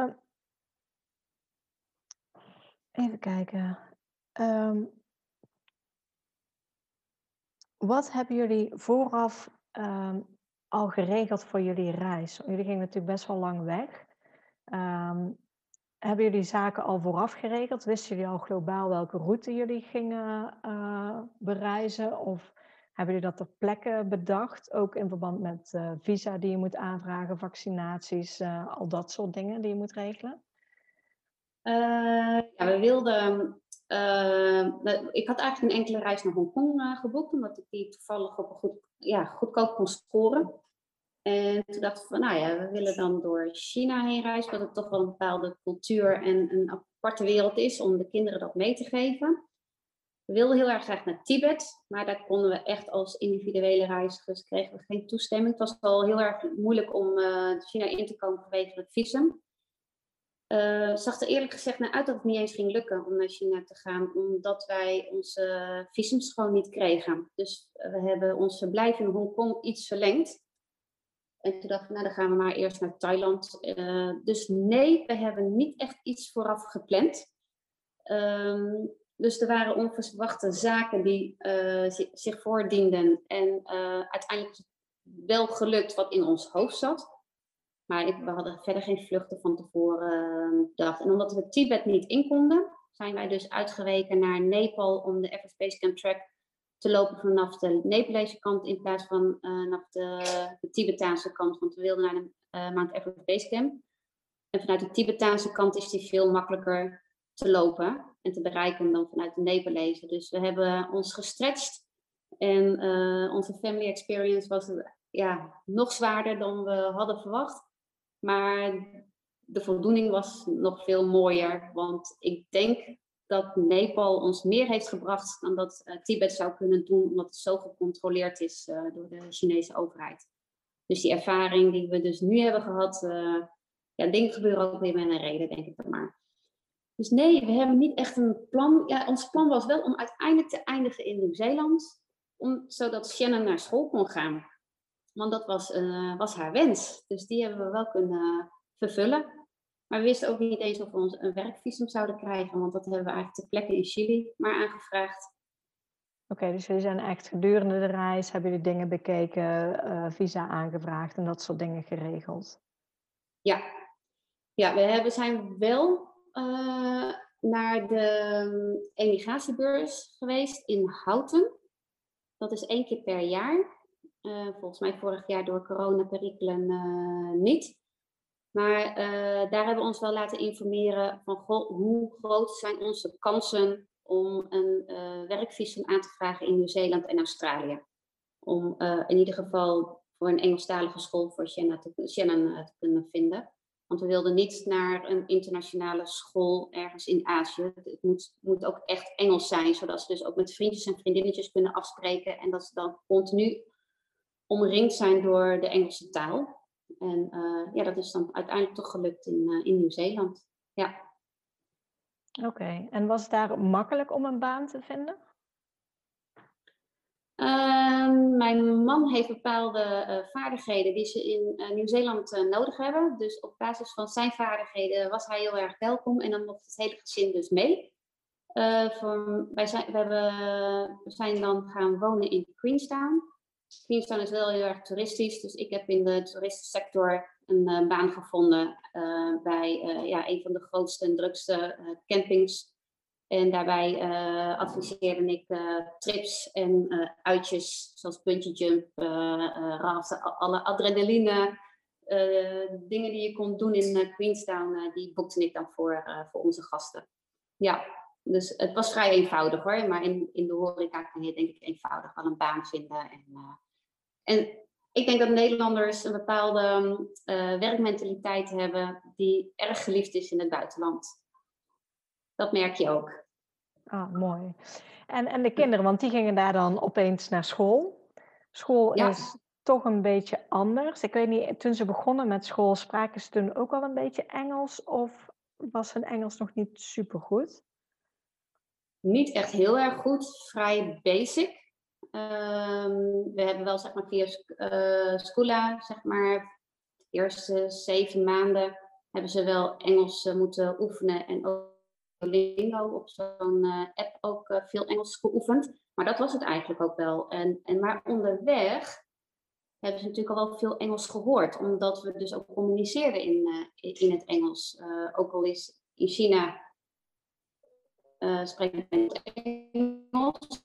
even kijken. Wat hebben jullie vooraf al geregeld voor jullie reis? Jullie gingen natuurlijk best wel lang weg. Hebben jullie zaken al vooraf geregeld? Wisten jullie al globaal welke route jullie gingen bereizen? Of hebben jullie dat ter plekke bedacht? Ook in verband met visa die je moet aanvragen, vaccinaties, al dat soort dingen die je moet regelen? We wilden... ik had eigenlijk een enkele reis naar Hongkong geboekt, omdat ik die toevallig op een goedkoop kon scoren. En toen dachten we van, we willen dan door China heen reizen, wat het toch wel een bepaalde cultuur en een aparte wereld is, om de kinderen dat mee te geven. We wilden heel erg graag naar Tibet, maar daar konden we echt als individuele reizigers, kregen we geen toestemming. Het was al heel erg moeilijk om China in te komen vanwege het visum. Zag er eerlijk gezegd naar uit dat het niet eens ging lukken om naar China te gaan, omdat wij onze visums gewoon niet kregen. Dus we hebben ons verblijf in Hongkong iets verlengd. En toen dacht ik, dan gaan we maar eerst naar Thailand. Dus nee, we hebben niet echt iets vooraf gepland. Dus er waren onverwachte zaken die zich voordienden. En uiteindelijk is het wel gelukt wat in ons hoofd zat. Maar we hadden verder geen vluchten van tevoren bedacht. En omdat we Tibet niet in konden, zijn wij dus uitgeweken naar Nepal om de Everest Basecamp Track te lopen vanaf de Nepalese kant in plaats van vanaf de Tibetaanse kant. Want we wilden naar de Mount Everest Basecamp. En vanuit de Tibetaanse kant is die veel makkelijker te lopen en te bereiken dan vanuit de Nepalese. Dus we hebben ons gestretched. En onze family experience was nog zwaarder dan we hadden verwacht. Maar de voldoening was nog veel mooier. Want ik denk dat Nepal ons meer heeft gebracht dan dat Tibet zou kunnen doen, omdat het zo gecontroleerd is door de Chinese overheid. Dus die ervaring die we dus nu hebben gehad, dingen gebeuren ook weer met een reden, denk ik dan maar. Dus nee, we hebben niet echt een plan. Ja, ons plan was wel om uiteindelijk te eindigen in Nieuw-Zeeland, zodat Shannon naar school kon gaan. Want dat was haar wens. Dus die hebben we wel kunnen vervullen. Maar we wisten ook niet eens of we ons een werkvisum zouden krijgen. Want dat hebben we eigenlijk ter plekke in Chili maar aangevraagd. Oké, dus jullie zijn echt gedurende de reis, hebben jullie dingen bekeken, visa aangevraagd en dat soort dingen geregeld? Ja, we zijn wel naar de emigratiebeurs geweest in Houten. Dat is 1 keer per jaar. Volgens mij vorig jaar door coronaperikelen niet. Maar daar hebben we ons wel laten informeren van hoe groot zijn onze kansen om een werkvisum aan te vragen in Nieuw-Zeeland en Australië. Om in ieder geval voor een Engelstalige school voor Shannon te kunnen vinden. Want we wilden niet naar een internationale school ergens in Azië. Het moet ook echt Engels zijn, zodat ze dus ook met vriendjes en vriendinnetjes kunnen afspreken. En dat ze dan continu omringd zijn door de Engelse taal. En dat is dan uiteindelijk toch gelukt in Nieuw-Zeeland. Ja. Oké, en was het daar makkelijk om een baan te vinden? Mijn man heeft bepaalde vaardigheden die ze in Nieuw-Zeeland nodig hebben. Dus op basis van zijn vaardigheden was hij heel erg welkom. En dan mocht het hele gezin dus mee. We zijn dan gaan wonen in Queenstown. Queenstown is wel heel erg toeristisch. Dus ik heb in de toeristensector een baan gevonden bij een van de grootste en drukste campings. En daarbij adviseerde ik trips en uitjes zoals bungee jump, raften, alle adrenaline dingen die je kon doen in Queenstown, die boekte ik dan voor onze gasten. Ja, dus het was vrij eenvoudig hoor, maar in de horeca kan je denk ik eenvoudig wel een baan vinden. En ik denk dat Nederlanders een bepaalde werkmentaliteit hebben die erg geliefd is in het buitenland. Dat merk je ook. Ah, mooi. En de kinderen, want die gingen daar dan opeens naar school. School is toch een beetje anders. Ik weet niet, toen ze begonnen met school, spraken ze toen ook al een beetje Engels? Of was hun Engels nog niet supergoed? Niet echt heel erg goed, vrij basic. We hebben wel zeg maar via Scula, zeg maar, de eerste 7 maanden hebben ze wel Engels moeten oefenen en ook Duolingo op zo'n app ook veel Engels geoefend. Maar dat was het eigenlijk ook wel. Maar onderweg hebben ze natuurlijk al wel veel Engels gehoord, omdat we dus ook communiceerden in het Engels. Ook al is in China spreken we Engels,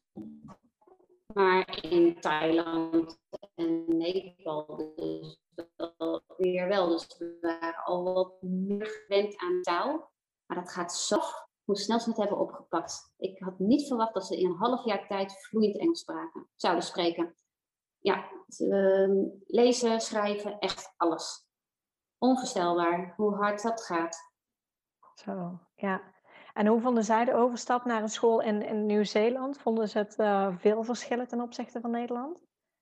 maar in Thailand en Nepal dus weer wel. Dus we waren al wat meer gewend aan taal. Maar dat gaat zo hoe snel ze het hebben opgepakt. Ik had niet verwacht dat ze in een half jaar tijd vloeiend Engels zouden spreken. Ja, lezen, schrijven, echt alles. Onvoorstelbaar hoe hard dat gaat. Zo, ja. En hoe vonden zij de overstap naar een school in Nieuw-Zeeland? Vonden ze het veel verschillen ten opzichte van Nederland?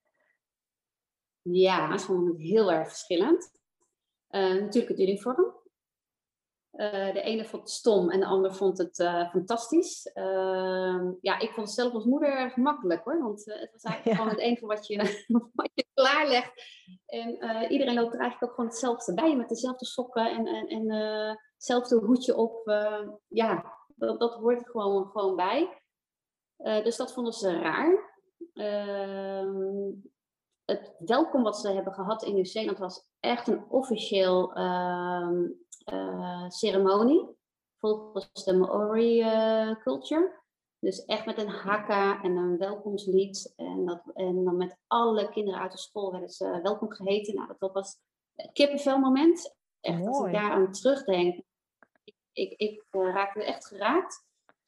Ja, ze vonden het heel erg verschillend. Natuurlijk het uniform. De ene vond het stom en de ander vond het fantastisch. Ik vond het zelf als moeder erg makkelijk hoor. Want het was eigenlijk gewoon het enige wat je klaarlegt. En iedereen loopt er eigenlijk ook gewoon hetzelfde bij. Met dezelfde sokken en hetzelfde hoedje op. Dat hoort er gewoon bij. Dus dat vonden ze raar. Het welkom wat ze hebben gehad in Nieuw-Zeeland was echt een officieel ceremonie. Volgens de Maori culture. Dus echt met een haka en een welkomstlied. En dan met alle kinderen uit de school werden ze welkom geheten. Nou, dat was een kippenvel moment. Echt, mooi. Als ik daar aan terugdenk. Ik raakte echt geraakt.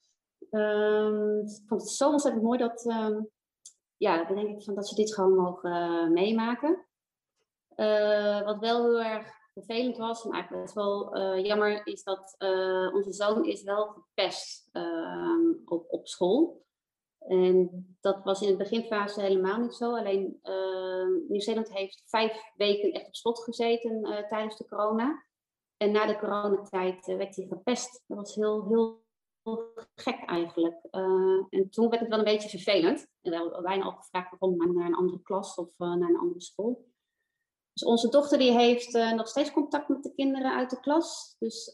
Ik vond het zo ontzettend mooi dat... dan denk ik dat ze dit gewoon mogen meemaken. Wat wel heel erg vervelend was, en eigenlijk best wel jammer, is dat onze zoon is wel gepest op school. En dat was in de beginfase helemaal niet zo. Alleen Nieuw-Zeeland heeft 5 weken echt op slot gezeten tijdens de corona. En na de coronatijd werd hij gepest. Dat was heel gek eigenlijk. En toen werd het wel een beetje vervelend. En we hebben bijna al gevraagd om naar een andere klas of naar een andere school. Dus onze dochter die heeft nog steeds contact met de kinderen uit de klas. Dus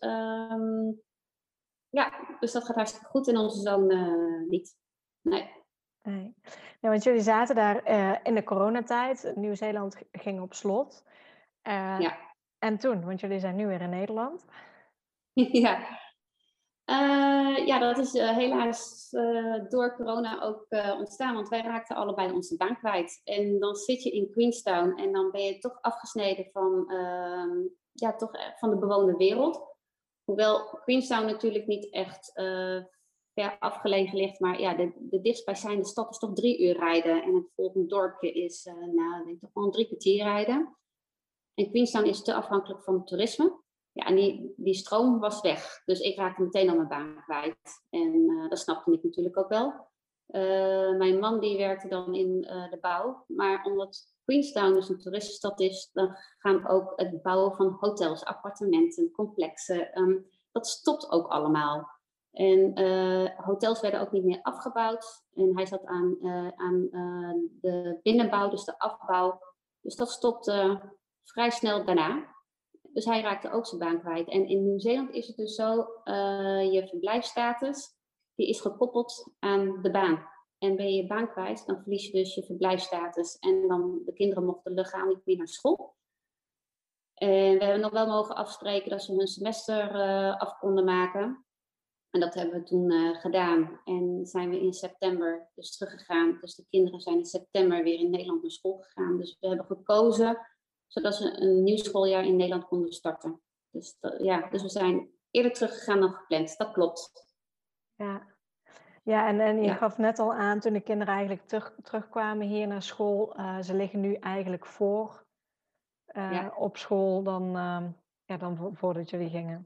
dus dat gaat hartstikke goed. En onze zoon niet. Nee. Ja, want jullie zaten daar in de coronatijd. Nieuw-Zeeland ging op slot. En toen, want jullie zijn nu weer in Nederland. Ja. Ja, dat is helaas door corona ook ontstaan, want wij raakten allebei onze baan kwijt. En dan zit je in Queenstown en dan ben je toch afgesneden van, ja, toch van de bewoonde wereld. Hoewel Queenstown natuurlijk niet echt ver afgelegen ligt, maar ja, de dichtstbijzijnde stad is toch 3 uur rijden. En het volgende dorpje is, nou, ik denk toch wel 3 kwartier rijden. En Queenstown is te afhankelijk van het toerisme. Ja, en die stroom was weg. Dus ik raakte meteen al mijn baan kwijt. En dat snapte ik natuurlijk ook wel. Mijn man die werkte dan in de bouw. Maar omdat Queenstown dus een toeristenstad is, dan gaan ook het bouwen van hotels, appartementen, complexen. Dat stopt ook allemaal. En hotels werden ook niet meer afgebouwd. En hij zat aan de binnenbouw, dus de afbouw. Dus dat stopte vrij snel daarna. Dus hij raakte ook zijn baan kwijt. En in Nieuw-Zeeland is het dus zo, je verblijfsstatus, die is gekoppeld aan de baan. En ben je je baan kwijt, dan verlies je dus je verblijfsstatus. En dan, de kinderen mochten legaal niet meer naar school. En we hebben nog wel mogen afspreken dat ze hun semester af konden maken. En dat hebben we toen gedaan. En zijn we in september dus teruggegaan. Dus de kinderen zijn in september weer in Nederland naar school gegaan. Dus we hebben gekozen zodat ze een nieuw schooljaar in Nederland konden starten. Dus, dus we zijn eerder teruggegaan dan gepland. Dat klopt. Ja, en je gaf net al aan toen de kinderen eigenlijk terugkwamen hier naar school. Ze liggen nu eigenlijk voor op school dan voordat jullie gingen.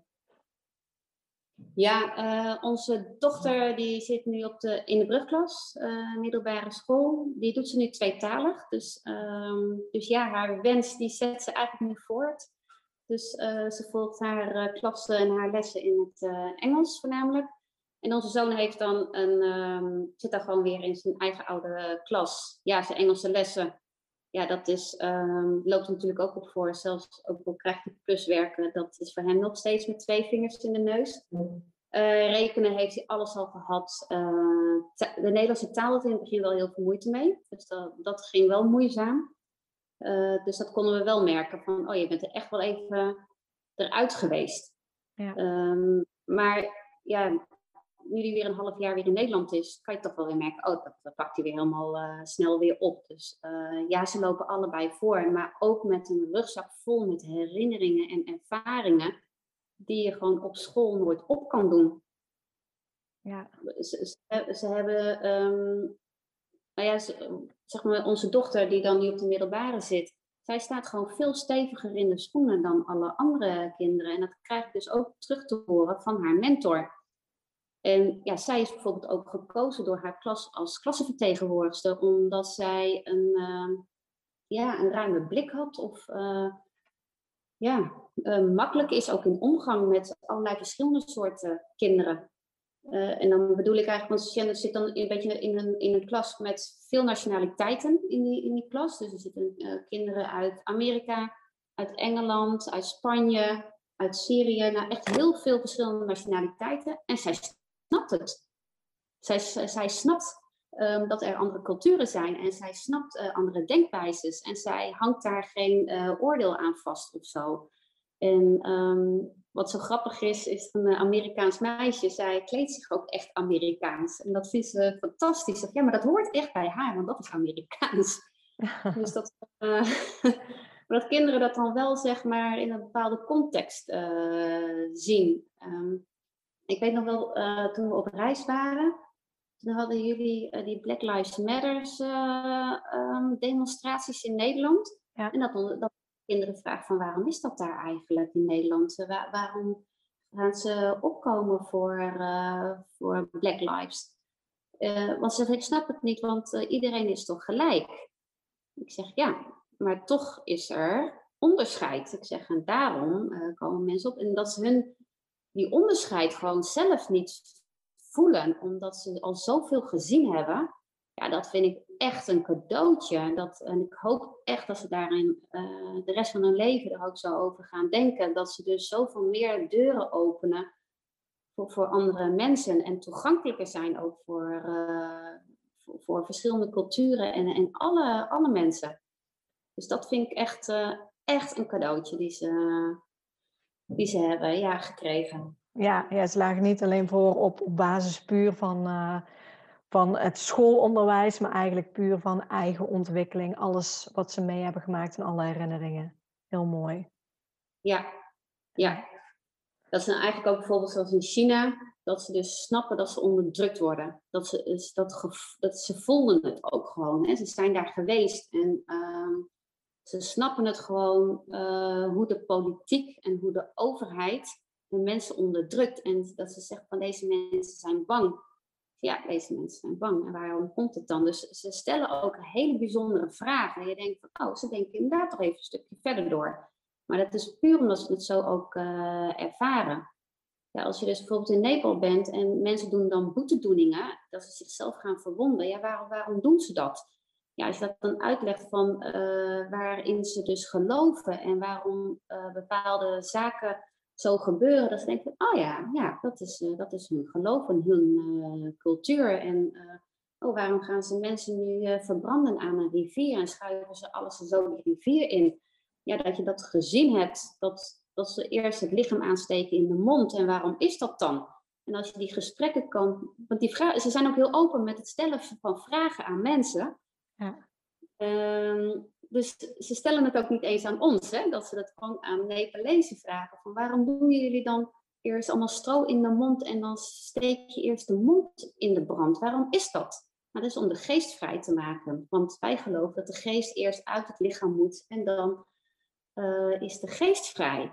Ja, onze dochter die zit nu in de brugklas, middelbare school. Die doet ze nu tweetalig. Dus ja, haar wens die zet ze eigenlijk nu voort. Dus ze volgt haar klassen en haar lessen in het Engels voornamelijk. En onze zoon heeft dan zit dan gewoon weer in zijn eigen oude klas. Ja, zijn Engelse lessen. Ja, dat loopt natuurlijk ook op voor. Zelfs ook al krijgt hij pluswerken, dat is voor hem nog steeds met 2 vingers in de neus. Rekenen heeft hij alles al gehad. De Nederlandse taal had hij in het begin wel heel veel moeite mee. Dus dat ging wel moeizaam. Dus dat konden we wel merken. Van, oh, je bent er echt wel even eruit geweest. Ja. Maar ja, nu hij weer een half jaar weer in Nederland is, kan je toch wel weer merken, oh, dat pakt hij weer helemaal snel weer op. Dus ja, ze lopen allebei voor. Maar ook met een rugzak vol met herinneringen en ervaringen die je gewoon op school nooit op kan doen. Ja. Ze hebben, nou ja, zeg maar onze dochter die dan nu op de middelbare zit, zij staat gewoon veel steviger in de schoenen dan alle andere kinderen. En dat krijg ik dus ook terug te horen van haar mentor. En ja, zij is bijvoorbeeld ook gekozen door haar klas als klassenvertegenwoordigster, omdat zij een ruime blik had of makkelijk is ook in omgang met allerlei verschillende soorten kinderen. En dan bedoel ik eigenlijk, want Shannon zit dan een beetje in een klas met veel nationaliteiten in die klas. Dus er zitten kinderen uit Amerika, uit Engeland, uit Spanje, uit Syrië. Nou, echt heel veel verschillende nationaliteiten. En zij snapt het. Zij snapt dat er andere culturen zijn. En zij snapt andere denkwijzes. En zij hangt daar geen oordeel aan vast of zo. En wat zo grappig is een Amerikaans meisje. Zij kleedt zich ook echt Amerikaans. En dat vindt ze fantastisch. Ja, maar dat hoort echt bij haar, want dat is Amerikaans. Dus dat kinderen dat dan wel, zeg maar, in een bepaalde context zien. Ik weet nog wel, toen we op reis waren, toen hadden jullie die Black Lives Matters demonstraties in Nederland. Ja. En dat kinderen vragen van waarom is dat daar eigenlijk in Nederland? Waarom gaan ze opkomen voor Black Lives? Want ze zeggen, ik snap het niet, want iedereen is toch gelijk? Ik zeg, ja, maar toch is er onderscheid. Ik zeg, en daarom komen mensen op. En dat ze die onderscheid gewoon zelf niet voelen, omdat ze al zoveel gezien hebben. Ja, dat vind ik echt een cadeautje. En ik hoop echt dat ze daarin de rest van hun leven er ook zo over gaan denken. Dat ze dus zoveel meer deuren openen voor andere mensen. En toegankelijker zijn ook voor verschillende culturen en alle mensen. Dus dat vind ik echt een cadeautje die ze hebben gekregen. Ja, ze lagen niet alleen voor op basis puur van het schoolonderwijs, maar eigenlijk puur van eigen ontwikkeling. Alles wat ze mee hebben gemaakt en alle herinneringen. Heel mooi. Ja, Ja. ja. Dat is nou eigenlijk ook bijvoorbeeld zoals in China, dat ze dus snappen dat ze onderdrukt worden. Dat ze voelden het ook gewoon. Hè. Ze zijn daar geweest en ze snappen het gewoon hoe de politiek en hoe de overheid de mensen onderdrukt. En dat ze zeggen van deze mensen zijn bang. Ja, deze mensen zijn bang. En waarom komt het dan? Dus ze stellen ook hele bijzondere vragen. En je denkt van, oh, ze denken inderdaad toch even een stukje verder door. Maar dat is puur omdat ze het zo ook ervaren. Ja, als je dus bijvoorbeeld in Nepal bent en mensen doen dan boetedoeningen, dat ze zichzelf gaan verwonden. Ja, waarom doen ze dat? Ja, als je dat dan uitlegt van waarin ze dus geloven en waarom bepaalde zaken zo gebeuren, dat ze denken van, oh ja, dat is hun geloof en hun cultuur. En waarom gaan ze mensen nu verbranden aan een rivier en schuiven ze alles zo die rivier in? Ja, dat je dat gezien hebt, dat ze eerst het lichaam aansteken in de mond. En waarom is dat dan? En als je die gesprekken kan... Want ze zijn ook heel open met het stellen van vragen aan mensen. Ja. Dus ze stellen het ook niet eens aan ons. Hè? Dat ze dat gewoon aan Nepalezen vragen. Van waarom doen jullie dan eerst allemaal stro in de mond en dan steek je eerst de mond in de brand? Waarom is dat? Nou, dat is om de geest vrij te maken. Want wij geloven dat de geest eerst uit het lichaam moet en dan is de geest vrij.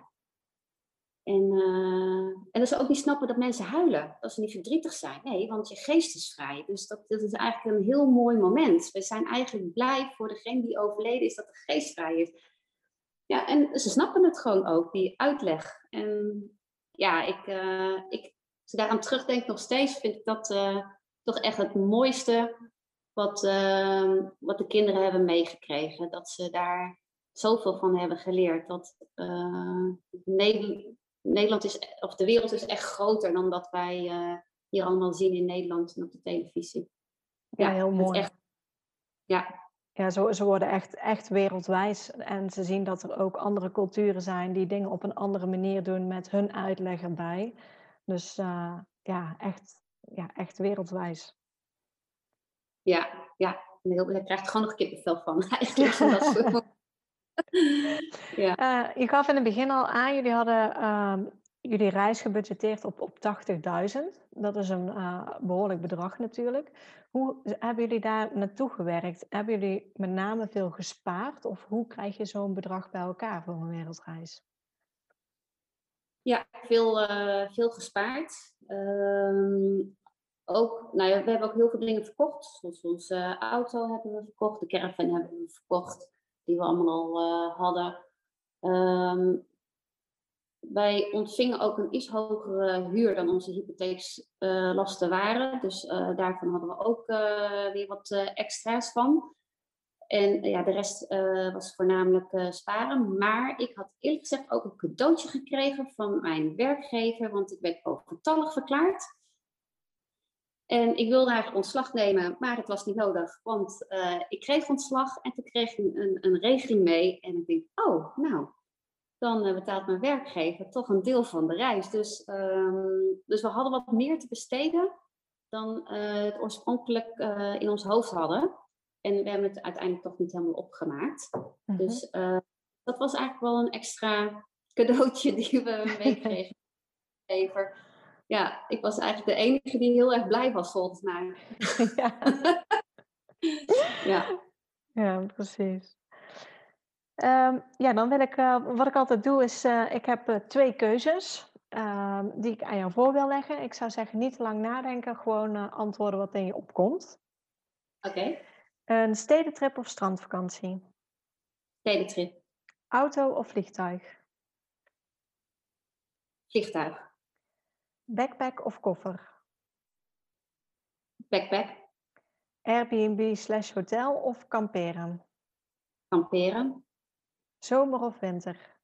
En dat ze ook niet snappen dat mensen huilen. Dat ze niet verdrietig zijn. Nee, want je geest is vrij. Dus dat is eigenlijk een heel mooi moment. We zijn eigenlijk blij voor degene die overleden is dat de geest vrij is. Ja, en ze snappen het gewoon ook, die uitleg. En ja, als ik daaraan terugdenk nog steeds, vind ik dat toch echt het mooiste wat de kinderen hebben meegekregen. Dat ze daar zoveel van hebben geleerd. Dat Nederland is, of de wereld is echt groter dan dat wij hier allemaal zien in Nederland en op de televisie. Ja, heel mooi. Echt, ja. Ja, ze worden echt wereldwijs en ze zien dat er ook andere culturen zijn die dingen op een andere manier doen met hun uitleg erbij. Dus echt wereldwijs. Ja. Daar krijg je gewoon nog kippenvel van. Eigenlijk van dat soort ja. Je gaf in het begin al aan, jullie hadden jullie reis gebudgeteerd op 80.000. Dat is een behoorlijk bedrag natuurlijk. Hoe hebben jullie daar naartoe gewerkt? Hebben jullie met name veel gespaard? Of hoe krijg je zo'n bedrag bij elkaar voor een wereldreis? Ja, veel gespaard. We hebben ook heel veel dingen verkocht. Zoals onze auto hebben we verkocht. De caravan hebben we verkocht. Die we allemaal al hadden. Wij ontvingen ook een iets hogere huur dan onze hypotheekslasten waren. Dus daarvan hadden we ook weer wat extra's van. En de rest was voornamelijk sparen. Maar ik had eerlijk gezegd ook een cadeautje gekregen van mijn werkgever. Want ik werd overtallig verklaard. En ik wilde eigenlijk ontslag nemen, maar het was niet nodig. Want ik kreeg ontslag en toen kreeg ik een regeling mee. En ik denk, dan betaalt mijn werkgever toch een deel van de reis. Dus we hadden wat meer te besteden dan het oorspronkelijk in ons hoofd hadden. En we hebben het uiteindelijk toch niet helemaal opgemaakt. Mm-hmm. Dus dat was eigenlijk wel een extra cadeautje die we meekregen. Ja, ik was eigenlijk de enige die heel erg blij was volgens mij. Ja, precies. Dan wil ik, wat ik altijd doe is, ik heb 2 keuzes die ik aan jou voor wil leggen. Ik zou zeggen, niet te lang nadenken, gewoon antwoorden wat in je opkomt. Oké. Een stedentrip of strandvakantie? Stedentrip. Auto of vliegtuig? Vliegtuig. Backpack of koffer? Backpack. Airbnb/hotel of kamperen? Kamperen. Zomer of winter?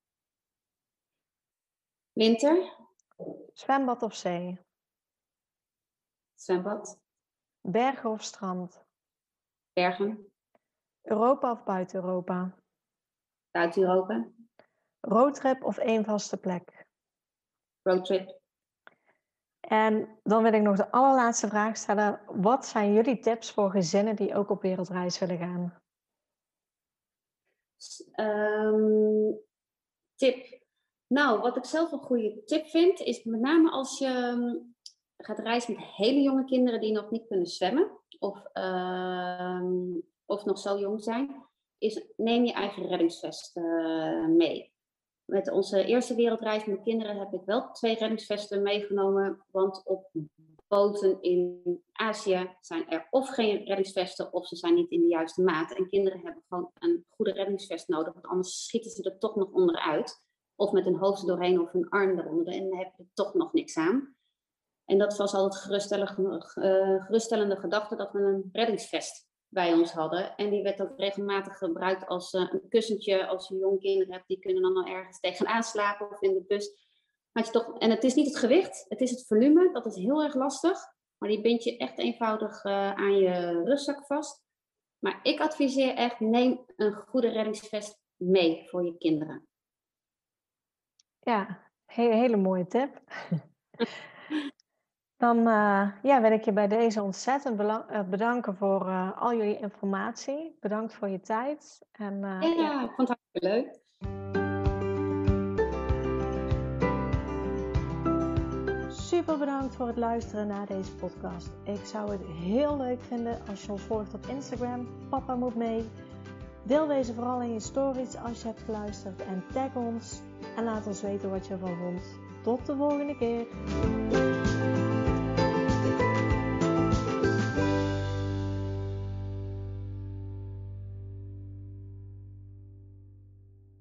Winter. Zwembad of zee? Zwembad. Bergen of strand? Bergen. Europa of buiten Europa? Buiten Europa. Roadtrip of één vaste plek? Roadtrip. En dan wil ik nog de allerlaatste vraag stellen. Wat zijn jullie tips voor gezinnen die ook op wereldreis willen gaan? Tip. Nou, wat ik zelf een goede tip vind, is met name als je gaat reizen met hele jonge kinderen die nog niet kunnen zwemmen of nog zo jong zijn, is neem je eigen reddingsvest mee. Met onze eerste wereldreis met kinderen heb ik wel 2 reddingsvesten meegenomen, want op boten in Azië zijn er of geen reddingsvesten of ze zijn niet in de juiste maat. En kinderen hebben gewoon een goede reddingsvest nodig, want anders schieten ze er toch nog onderuit. Of met een hoofd doorheen of een arm eronder en dan heb je er toch nog niks aan. En dat was altijd geruststellende gedachte dat we een reddingsvest bij ons hadden. En die werd ook regelmatig gebruikt als een kussentje als je jonge kinderen hebt. Die kunnen dan wel ergens tegenaan slapen of in de bus. En het is niet het gewicht, het is het volume. Dat is heel erg lastig. Maar die bind je echt eenvoudig aan je rugzak vast. Maar ik adviseer echt, neem een goede reddingsvest mee voor je kinderen. Ja, hele mooie tip. Dan wil ik je bij deze ontzettend bedanken voor al jullie informatie. Bedankt voor je tijd. En, Ik vond het hartstikke leuk. Super bedankt voor het luisteren naar deze podcast. Ik zou het heel leuk vinden als je ons volgt op Instagram. Papa moet mee. Deel deze vooral in je stories als je hebt geluisterd. En tag ons. En laat ons weten wat je ervan vond. Tot de volgende keer.